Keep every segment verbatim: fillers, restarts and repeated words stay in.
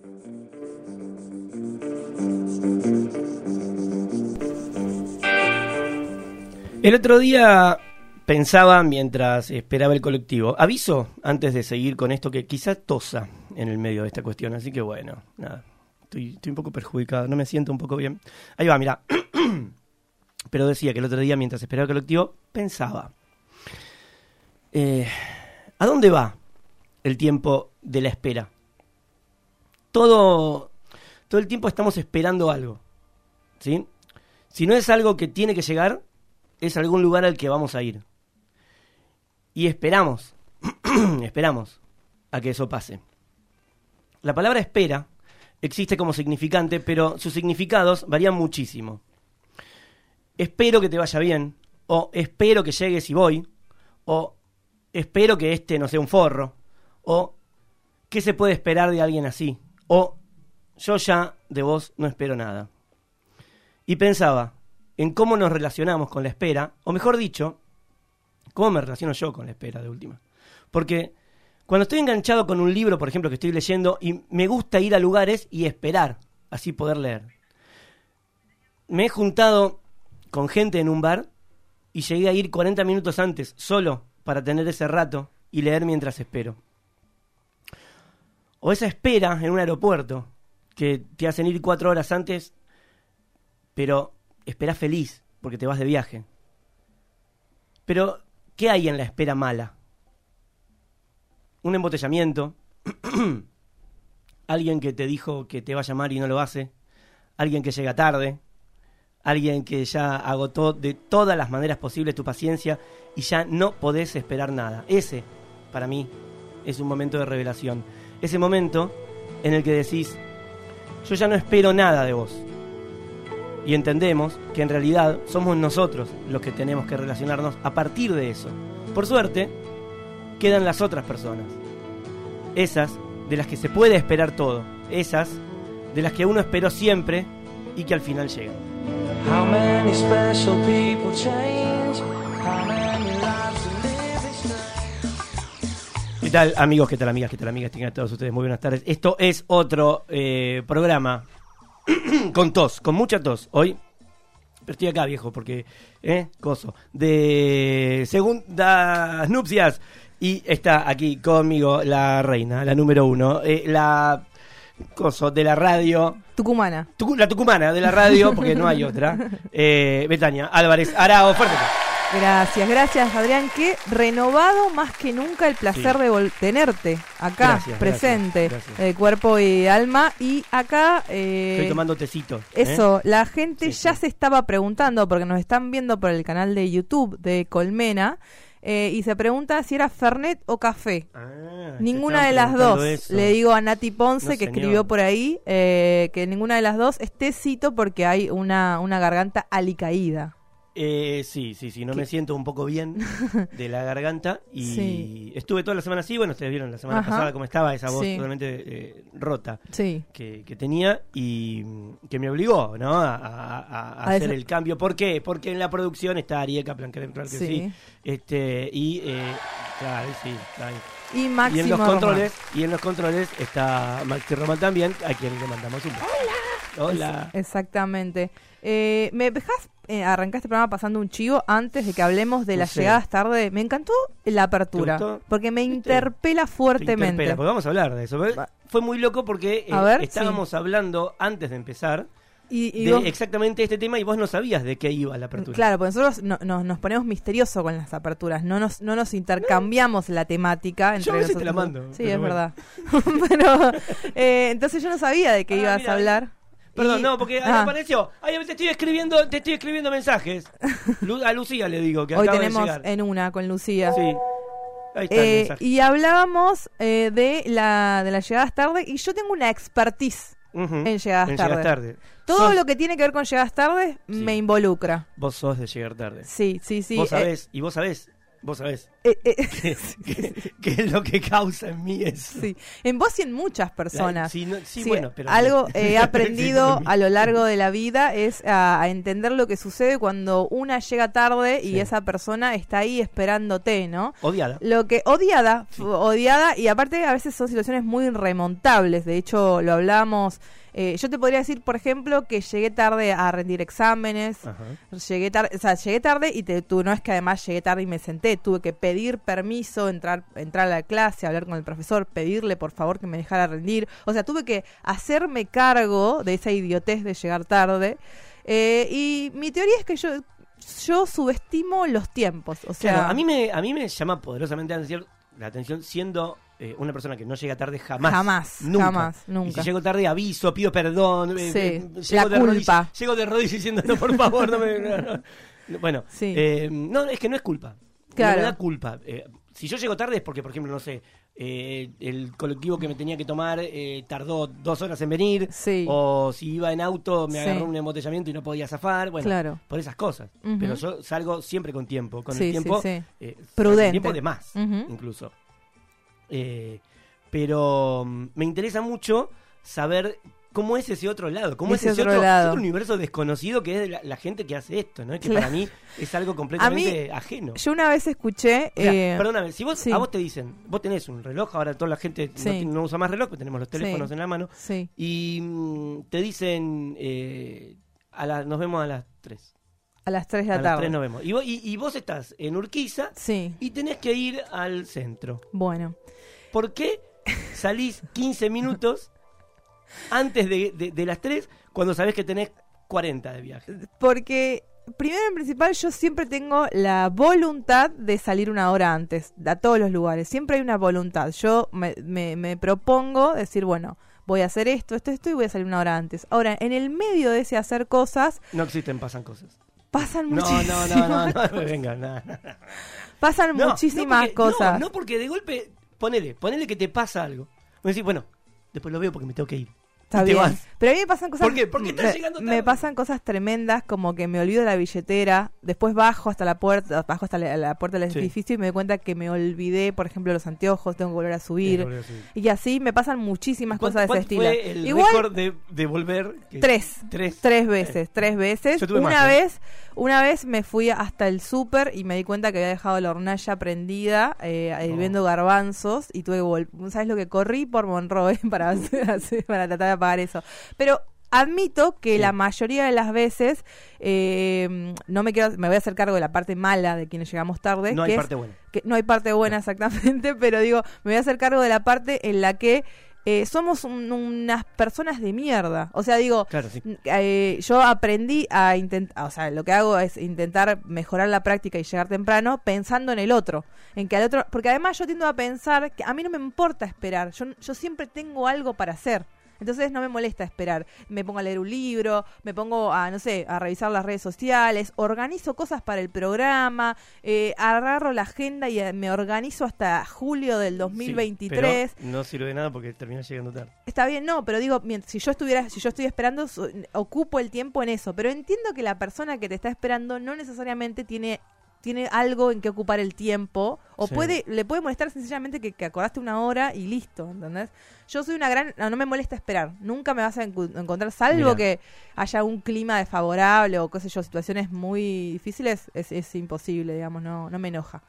El otro día pensaba mientras esperaba el colectivo. Aviso antes de seguir con esto que quizás tosa en el medio de esta cuestión. Así que bueno, nada. Estoy, estoy un poco perjudicado, no me siento un poco bien. Ahí va, mirá. Pero decía que el otro día mientras esperaba el colectivo pensaba. Eh, ¿A dónde va el tiempo de la espera? Todo, todo el tiempo estamos esperando algo, ¿sí? Si no es algo que tiene que llegar, es algún lugar al que vamos a ir. Y esperamos, esperamos a que eso pase. La palabra espera existe como significante, pero sus significados varían muchísimo. Espero que te vaya bien, o espero que llegues y voy, o espero que este no sea un forro, o ¿qué se puede esperar de alguien así? O yo ya de vos no espero nada. Y pensaba en cómo nos relacionamos con la espera, o mejor dicho, cómo me relaciono yo con la espera de última. Porque cuando estoy enganchado con un libro, por ejemplo, que estoy leyendo, y me gusta ir a lugares y esperar, así poder leer. Me he juntado con gente en un bar y llegué a ir cuarenta minutos antes, solo, para tener ese rato y leer mientras espero. O esa espera en un aeropuerto, que te hacen ir cuatro horas antes, pero esperás feliz, porque te vas de viaje. Pero, ¿qué hay en la espera mala? Un embotellamiento, alguien que te dijo que te va a llamar y no lo hace, alguien que llega tarde, alguien que ya agotó de todas las maneras posibles tu paciencia y ya no podés esperar nada. Ese, para mí, es un momento de revelación. Ese momento en el que decís, yo ya no espero nada de vos. Y entendemos que en realidad somos nosotros los que tenemos que relacionarnos a partir de eso. Por suerte, quedan las otras personas. Esas de las que se puede esperar todo. Esas de las que uno esperó siempre y que al final llegan. How many special people change? How many lives live? ¿Qué tal, amigos? ¿Qué tal, amigas? ¿Qué tal, amigas? Tengan a todos ustedes muy buenas tardes. Esto es otro eh, programa con tos, con mucha tos. Hoy, pero estoy acá, viejo, porque, ¿eh? Coso. De segundas nupcias. Y está aquí conmigo la reina, la número uno, eh, la coso de la radio. Tucumana. Tucu, la tucumana de la radio, porque no hay otra. Eh, Betania Álvarez Arao, fuerte. Gracias, gracias, Adrián. Qué renovado más que nunca el placer sí. de vol- tenerte acá, gracias, presente, gracias, gracias. Eh, cuerpo y alma. Y acá... Eh, Estoy tomando tecito. Eso, ¿eh? la gente sí, ya sí. se estaba preguntando, porque nos están viendo por el canal de YouTube de Colmena, eh, y se pregunta si era Fernet o café. Ah, ninguna de las dos. Eso. Le digo a Nati Ponce, no, que señor. escribió por ahí, eh, que ninguna de las dos es tecito porque hay una, una garganta alicaída. Eh, sí, sí, sí, no ¿Qué? me siento un poco bien de la garganta y sí. estuve toda la semana así, bueno, ustedes vieron la semana Ajá. pasada cómo estaba esa voz sí. totalmente eh, rota sí. que, que tenía y que me obligó, ¿no? A, a, a, a hacer eso. el cambio. ¿Por qué? Porque en la producción está Ariel Kaplan, claro que sí, sí. Este, y eh, claro, sí, ahí. Y Máximo y en los Román. controles y en los controles está Maxi Román también, a quien le mandamos un beso. Hola. Hola. Es, exactamente. Eh, ¿Me dejás eh, arrancar este programa pasando un chivo antes de que hablemos de no las sé. llegadas tarde? Me encantó la apertura, porque me interpela fuertemente. Te interpela, porque vamos a hablar de eso. Fue muy loco porque eh, ver, estábamos sí. hablando antes de empezar y, y de vos... exactamente este tema y vos no sabías de qué iba la apertura. Claro, porque nosotros no, no, nos ponemos misteriosos con las aperturas, no nos, no nos intercambiamos no. la temática entre yo a veces nosotros. te la mando. Sí, es bueno. verdad. Pero eh, entonces yo no sabía de qué ah, ibas mira, a hablar. Perdón, y... no, porque ahí ah. apareció. Ay, te estoy escribiendo, te estoy escribiendo mensajes. Lu- a Lucía le digo que hoy acaba tenemos de llegar. en una con Lucía. Sí. Ahí está eh, el mensaje. Y hablábamos eh, de la de las llegadas tarde y yo tengo una expertise uh-huh. en llegadas en tarde. Llegas tarde. Todo sos... lo que tiene que ver con llegadas tarde sí. me involucra. Vos sos de llegar tarde. Sí, sí, sí. Vos sabés, eh... y vos sabés Vos sabés. Eh, eh, ¿Qué, qué, qué es lo que causa en mí eso? Sí, en vos y en muchas personas. Sí, no, sí, sí, bueno, pero... Algo he eh, aprendido sí, a lo largo de la vida es a, a entender lo que sucede cuando una llega tarde y sí. esa persona está ahí esperándote, ¿no? Odiada. Lo que odiada, sí. odiada, y aparte a veces son situaciones muy remontables. De hecho, lo hablamos... Eh, yo te podría decir, por ejemplo, que llegué tarde a rendir exámenes, Ajá. llegué tarde, o sea, llegué tarde y te, tú no es que además llegué tarde y me senté, tuve que pedir permiso, entrar, entrar a la clase, hablar con el profesor, pedirle por favor que me dejara rendir, o sea, tuve que hacerme cargo de esa idiotez de llegar tarde, eh, y mi teoría es que yo yo subestimo los tiempos, o sea, claro, a mí me a mí me llama poderosamente la atención siendo Eh, una persona que no llega tarde jamás. Jamás, nunca. jamás, nunca. Y si llego tarde aviso, pido perdón. Sí, eh, la de culpa. Rodillas, llego de rodillas diciendo, no, por favor, no me... No, no. Bueno, sí. eh, no, es que no es culpa. Claro. No me da culpa. Eh, si yo llego tarde es porque, por ejemplo, no sé, eh, el colectivo que me tenía que tomar eh, tardó dos horas en venir. Sí. O si iba en auto me sí. agarró un embotellamiento y no podía zafar. Bueno, claro. por esas cosas. Uh-huh. Pero yo salgo siempre con tiempo. Con sí, el tiempo... Sí, sí. Eh, prudente. Tiempo de más, uh-huh. incluso. Eh... Pero um, me interesa mucho saber cómo es ese otro lado, cómo ese es ese otro, otro, lado. otro universo desconocido que es de la, la gente que hace esto, ¿no? Que claro. para mí es algo completamente mí, ajeno. Yo una vez escuché... O sea, eh, perdóname, si vos, sí. a vos te dicen, vos tenés un reloj, ahora toda la gente sí. no, no usa más reloj, pero tenemos los teléfonos sí. en la mano, sí. y mm, te dicen, eh, a la, nos vemos a las tres. A las tres de la a tarde. A las tres nos vemos. Y vos, y, y vos estás en Urquiza sí. y tenés que ir al centro. Bueno. ¿Por qué salís quince minutos antes de, de, de las tres cuando sabés que tenés cuarenta de viaje? Porque, primero en principal, yo siempre tengo la voluntad de salir una hora antes a todos los lugares. Siempre hay una voluntad. Yo me, me, me propongo decir, bueno, voy a hacer esto, esto, esto y voy a salir una hora antes. Ahora, en el medio de ese hacer cosas... No existen, pasan cosas. Pasan no, muchísimas no, no, no, no, no, venga, no, no. Pasan no, muchísimas no porque, cosas. No, no, porque de golpe... Ponele, ponele que te pasa algo. Vos decís, bueno, después lo veo porque me tengo que ir. Está bien. Vas. Pero a mí me pasan cosas... ¿Por qué? Porque estás me, llegando tarde. Me pasan cosas tremendas, como que me olvido la billetera, después bajo hasta la puerta, bajo hasta la, la puerta del sí. edificio y me doy cuenta que me olvidé, por ejemplo, los anteojos, tengo que volver a subir. Volver a subir. Y así me pasan muchísimas cosas de ese estilo. ¿Cuál fue el Igual, récord de, de volver? Que tres. Tres. Tres veces, eh. tres veces. Yo tuve una más, vez, ¿eh? una vez me fui hasta el súper y me di cuenta que había dejado la hornalla prendida, eh, oh. hirviendo garbanzos, y tuve que volver. ¿Sabes lo que corrí por Monroe para, para tratar de apagar eso? Pero admito que sí. la mayoría de las veces eh, no me quiero, me voy a hacer cargo de la parte mala de quienes llegamos tarde. No que hay es, parte buena. Que no hay parte buena, no. exactamente, pero digo, me voy a hacer cargo de la parte en la que eh, somos un, unas personas de mierda. O sea, digo, claro, sí. eh, yo aprendí a intentar, o sea, lo que hago es intentar mejorar la práctica y llegar temprano pensando en el otro, en que al otro, porque además yo tiendo a pensar que a mí no me importa esperar, yo, yo siempre tengo algo para hacer. Entonces no me molesta esperar. Me pongo a leer un libro, me pongo a, no sé, a revisar las redes sociales, organizo cosas para el programa, eh, agarro la agenda y me organizo hasta julio del dos mil veintitrés. Sí, pero no sirve de nada porque terminas llegando tarde. Está bien, no, pero digo, si yo estuviera, si yo estoy esperando, ocupo el tiempo en eso. Pero entiendo que la persona que te está esperando no necesariamente tiene... tiene algo en que ocupar el tiempo o sí. puede le puede molestar sencillamente que, que acordaste una hora y listo, ¿entendés? Yo soy una gran... No, no me molesta esperar. Nunca me vas a encu- encontrar, salvo Mirá. que haya un clima desfavorable o qué sé yo, situaciones muy difíciles, es, es imposible, digamos, no, no me enoja.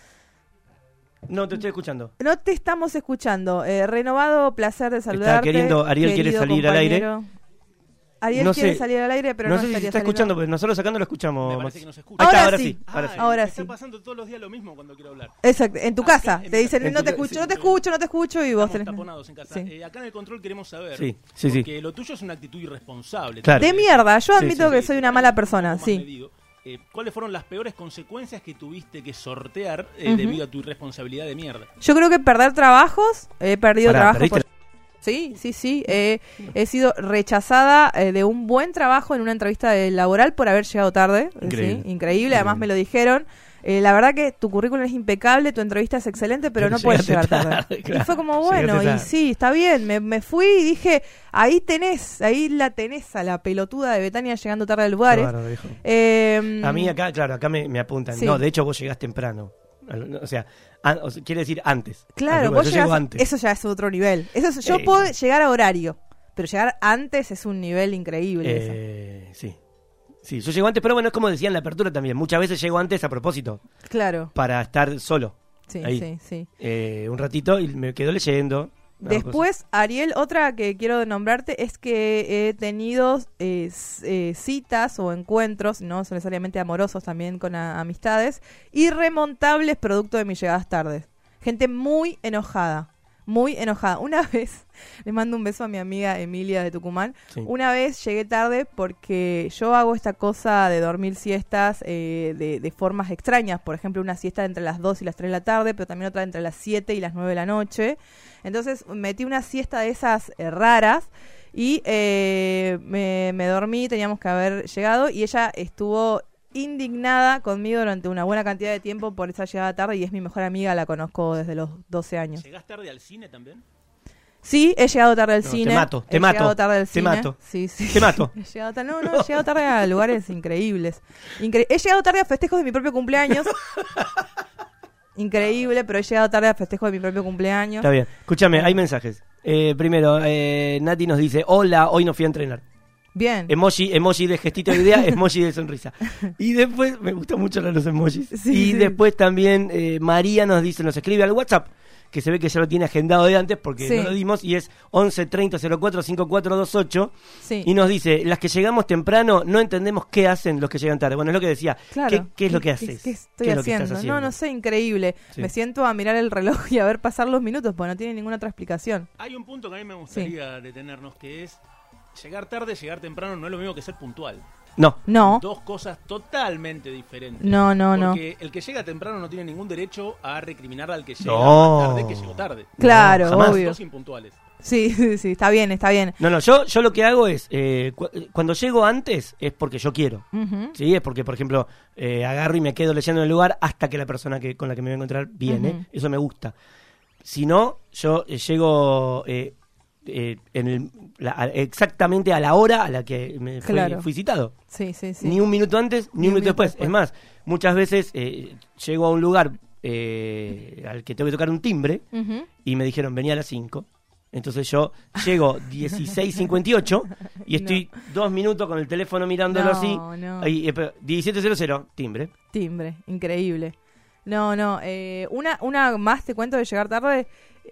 No, te estoy escuchando. No te estamos escuchando. Eh, renovado placer de saludarte. Está queriendo, Ariel quiere salir compañero. al aire. Ariel no quiere sé, salir al aire, pero no, no sé si se está saliendo. escuchando, porque nosotros acá no lo escuchamos. Me parece que no se escucha. Ahora, está, ahora sí. sí. Ahora ah, sí. Ahora me sí. está pasando todos los días lo mismo cuando quiero hablar. Exacto, en tu acá, casa. En te dicen, casa. no te escucho, sí, no te escucho, no te escucho, y vos tenés... taponados en casa. Sí. Eh, acá en el control queremos saber, sí, sí, porque sí. lo tuyo es una actitud irresponsable. Claro. De mierda, yo admito sí, sí, que sí, soy sí, una mala persona, sí. Digo, eh, ¿cuáles fueron las peores consecuencias que tuviste que sortear eh, uh-huh. debido a tu irresponsabilidad de mierda? Yo creo que perder trabajos, he perdido Pará, trabajo por... Sí, sí, sí. Eh, he sido rechazada eh, de un buen trabajo en una entrevista de laboral por haber llegado tarde. Increíble. ¿sí? Increíble, además me lo dijeron. Eh, la verdad que tu currículum es impecable, tu entrevista es excelente, pero, pero no puedes llegar tarde. tarde. Claro. Y fue como, bueno, y sí, está bien. Me, me fui y dije, ahí tenés, ahí la tenés a la pelotuda de Betania llegando tarde al lugar. Claro, eh, a mí acá, claro, acá me, me apuntan. Sí. No, de hecho vos llegás temprano. O sea, an, o sea quiere decir antes. Claro, vos llegás, antes. Eso ya es otro nivel. Eso es, yo eh, puedo llegar a horario, pero llegar antes es un nivel increíble. Eh, sí. Sí, yo llego antes, pero bueno, es como decía en la apertura también. Muchas veces llego antes a propósito. Claro. Para estar solo. Sí, ahí. sí, sí. Eh, un ratito y me quedo leyendo. Después, Ariel, otra que quiero nombrarte es que he tenido eh, eh, citas o encuentros, no necesariamente amorosos, también con a, amistades, irremontables producto de mis llegadas tardes. Gente muy enojada, muy enojada. Una vez, le mando un beso a mi amiga Emilia de Tucumán, sí. Una vez llegué tarde porque yo hago esta cosa de dormir siestas eh, de, de formas extrañas. Por ejemplo, una siesta entre las dos y las tres de la tarde, pero también otra entre las siete y las nueve de la noche. Entonces metí una siesta de esas eh, raras y eh, me, me dormí, teníamos que haber llegado y ella estuvo indignada conmigo durante una buena cantidad de tiempo por esa llegada tarde y es mi mejor amiga, la conozco desde los doce años. ¿Llegás tarde al cine también? Sí, he llegado tarde al no, cine. Te mato, te he mato. Llegado tarde al te cine. mato. Sí, sí. Te mato. He llegado tarde, no, no, he llegado tarde a lugares increíbles. Incre- he llegado tarde a festejos de mi propio cumpleaños. Increíble, pero he llegado tarde a festejo de mi propio cumpleaños. Está bien. Escúchame, hay mensajes. Eh, primero, eh, Nati nos dice, hola, hoy no fui a entrenar. Bien. Emoji, emoji de gestito de idea, emoji de sonrisa. Y después, me gustan mucho los emojis. Sí, y sí. después también eh, María nos dice, nos escribe al WhatsApp, que se ve que ya lo tiene agendado de antes porque sí. No lo dimos, y es once treinta cero cuatro cincuenta y cuatro veintiocho. Sí. Y nos dice, las que llegamos temprano no entendemos qué hacen los que llegan tarde. Bueno, es lo que decía. Claro. ¿Qué, qué es lo que haces? ¿Qué, qué estoy ¿Qué haciendo? es lo que haciendo? No, no sé, increíble. Sí. Me siento a mirar el reloj y a ver pasar los minutos porque no tiene ninguna otra explicación. Hay un punto que a mí me gustaría sí. detenernos, que es llegar tarde, llegar temprano no es lo mismo que ser puntual. No. No. Dos cosas totalmente diferentes. No, no, porque no. Porque el que llega temprano no tiene ningún derecho a recriminar al que llega no. más tarde que llegó tarde. Claro, no, jamás. obvio. Dos impuntuales. Sí, sí, sí, está bien, está bien. No, no, yo, yo lo que hago es, eh, cu- cuando llego antes es porque yo quiero. Uh-huh. Sí, es porque, por ejemplo, eh, agarro y me quedo leyendo en el lugar hasta que la persona que con la que me voy a encontrar viene. Uh-huh. Eso me gusta. Si no, yo eh, llego... Eh, Eh, en el, la, exactamente a la hora a la que me fui, claro. fui citado. Sí, sí, sí. Ni un minuto antes, ni, ni un minuto después. después. Es más, muchas veces eh, llego a un lugar eh, al que tengo que tocar un timbre uh-huh. y me dijeron, venía a las cinco. Entonces yo llego dieciséis cincuenta y ocho y estoy no. dos minutos con el teléfono mirándolo no, así. No. Ahí, eh, diecisiete cero cero, timbre. Timbre, increíble. No, no. Eh, una, una más te cuento de llegar tarde.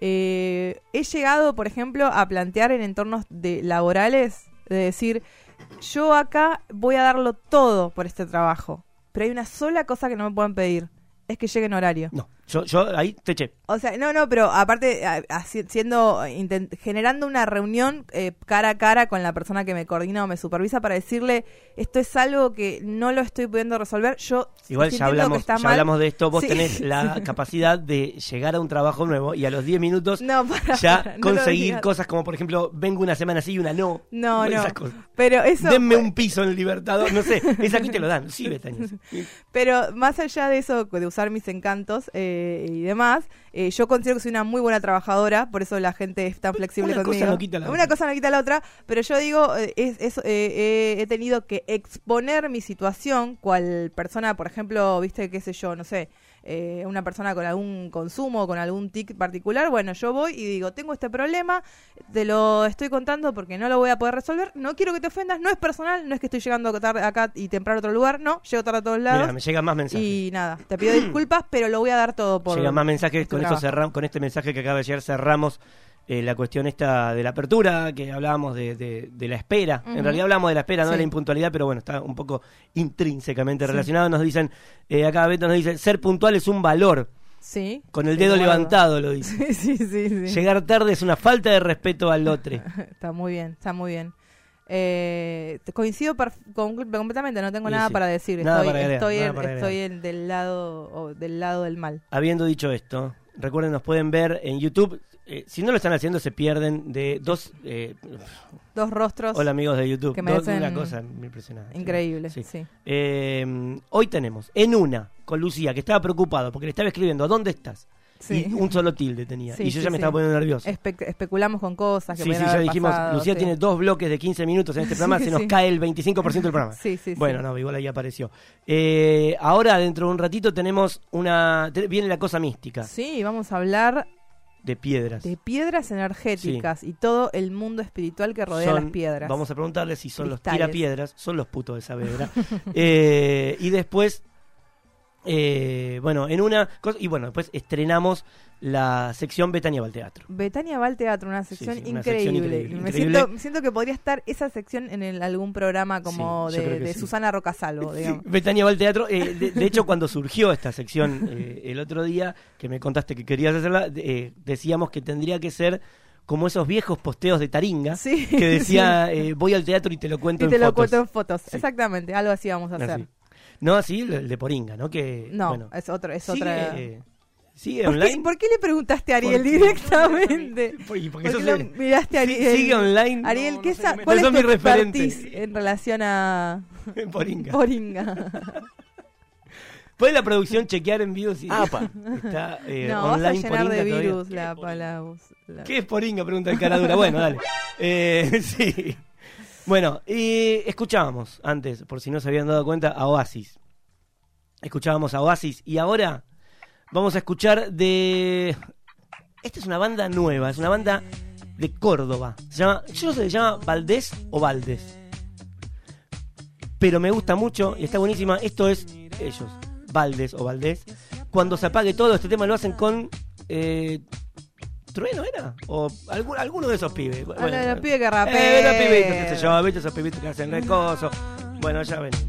Eh, he llegado, por ejemplo, a plantear en entornos de laborales, de decir, yo acá voy a darlo todo por este trabajo, pero hay una sola cosa que no me pueden pedir, es que llegue en horario. No, yo, yo ahí te eché. O sea, no, no, pero aparte, a, a, siendo, intent, generando una reunión eh, cara a cara con la persona que me coordina o me supervisa para decirle, esto es algo que no lo estoy pudiendo resolver, yo igual ya hablamos, que está ya mal. hablamos de esto, vos sí, tenés la sí. capacidad de llegar a un trabajo nuevo y a los diez minutos no, para, ya para, no conseguir cosas como, por ejemplo, vengo una semana sí y una no. No, no, esas cosas. Pero eso... Denme un piso en el Libertador, no sé, esa aquí te lo dan, sí, Betania. Pero más allá de eso, de usar mis encantos eh, y demás, eh, yo considero que soy una muy buena trabajadora, por eso la gente es tan flexible una conmigo. Cosa no quita la una otra. cosa no quita la otra, pero yo digo, eh, es, es, eh, eh, he tenido que exponer mi situación, cual persona, por ejemplo, viste, qué sé yo, no sé, eh, una persona con algún consumo, con algún tic particular, bueno, yo voy y digo, tengo este problema, te lo estoy contando porque no lo voy a poder resolver, no quiero que te ofendas, no es personal, no es que estoy llegando tarde acá y temprano a otro lugar, no, llego tarde a todos lados. Mira, me llegan más mensajes. Y nada, te pido disculpas, pero lo voy a dar todo por... Llegan más mensajes, este con esto cerramos, con este mensaje que acaba de llegar cerramos eh, la cuestión esta de la apertura, que hablábamos de, de, de la espera. Uh-huh. En realidad hablamos de la espera, no sí. de la impuntualidad, pero bueno, está un poco intrínsecamente sí. relacionado. Nos dicen, eh, acá Beto nos dice, ser puntual es un valor. Sí. Con el dedo sí, levantado lo dice. Sí, sí, sí, sí. Llegar tarde es una falta de respeto al otro. Está muy bien, está muy bien. Eh, coincido perf- con, completamente, no tengo sí, nada sí. para decir. Nada estoy para agregar, estoy, nada en, para estoy en del lado o del lado del mal. Habiendo dicho esto, recuerden, nos pueden ver en YouTube. Eh, si no lo están haciendo, se pierden de dos eh, dos rostros. Hola amigos de YouTube. Que merecen dos, una cosa impresionante. Increíble, sí. sí. Eh, hoy tenemos en una con Lucía, que estaba preocupado porque le estaba escribiendo, ¿dónde estás? Sí. Y un solo tilde tenía. Sí, y yo sí, ya me sí. estaba poniendo nervioso. Espe especulamos con cosas que Sí, sí, pueden ya haber dijimos, pasado, Lucía sí. tiene dos bloques de quince minutos en este programa, Sí, se nos sí. cae el veinticinco por ciento del programa. Sí, sí, bueno, sí. no, igual ahí apareció. Eh, ahora, dentro de un ratito, tenemos una... te- viene la cosa mística. Sí, vamos a hablar De piedras. de piedras energéticas sí. y todo el mundo espiritual que rodea Son, las piedras. Vamos a preguntarle si son Cristales. los tirapiedras, son los putos de Saavedra. eh, y después, eh, bueno, en una cosa, y bueno, después estrenamos la sección Betania va al teatro. Betania va al teatro, una sección, Sí, sí, una increíble. sección increíble, Me, increíble. Siento, siento que podría estar esa sección en el- algún programa como Sí, yo de, creo que de sí. Susana Rocasalvo, digamos. Sí, Betania va al teatro. Eh, de, de hecho, cuando surgió esta sección eh, el otro día, que me contaste que querías hacerla, eh, decíamos que tendría que ser como esos viejos posteos de Taringa, Sí, que decía, sí. eh, voy al teatro y te lo cuento Y te en lo fotos. cuento en fotos. Sí. Exactamente, algo así vamos a hacer. Así. No, así el de Poringa, ¿no? Que, No, bueno, es otro, es sigue, otra. eh, ¿Sigue ¿Por online? qué, ¿Por qué le preguntaste a Ariel Porque- directamente? Porque, porque ¿Por qué sos lo el- miraste a Sí, Ariel? sigue online. Ariel, No, ¿qué no sé sa- qué me- ¿cuál Sos es mi tu referente. expertise en relación a Poringa. Poringa? ¿Puede la producción chequear en vivo si Apa. está eh, no, vas a online llenar Poringa de todavía? virus la palabra. La... ¿Qué es Poringa? Pregunta el Caradura. Bueno, dale. Eh, sí. Bueno, y escuchábamos antes, por si no se habían dado cuenta, a Oasis. Escuchábamos a Oasis y ahora vamos a escuchar de... Esta es una banda nueva, es una banda de Córdoba. Se llama, yo no sé, se llama Valdés o Valdés. Pero me gusta mucho y está buenísima. Esto es ellos, Valdés o Valdés. Cuando se apague todo, este tema lo hacen con... Eh, ¿Trueno era? O algún, alguno de esos pibes. Habla de los pibes que Eh, rapean. los pibitos, qué sé yo, ¿viste? Esos pibitos que hacen recoso. Bueno, ya venimos.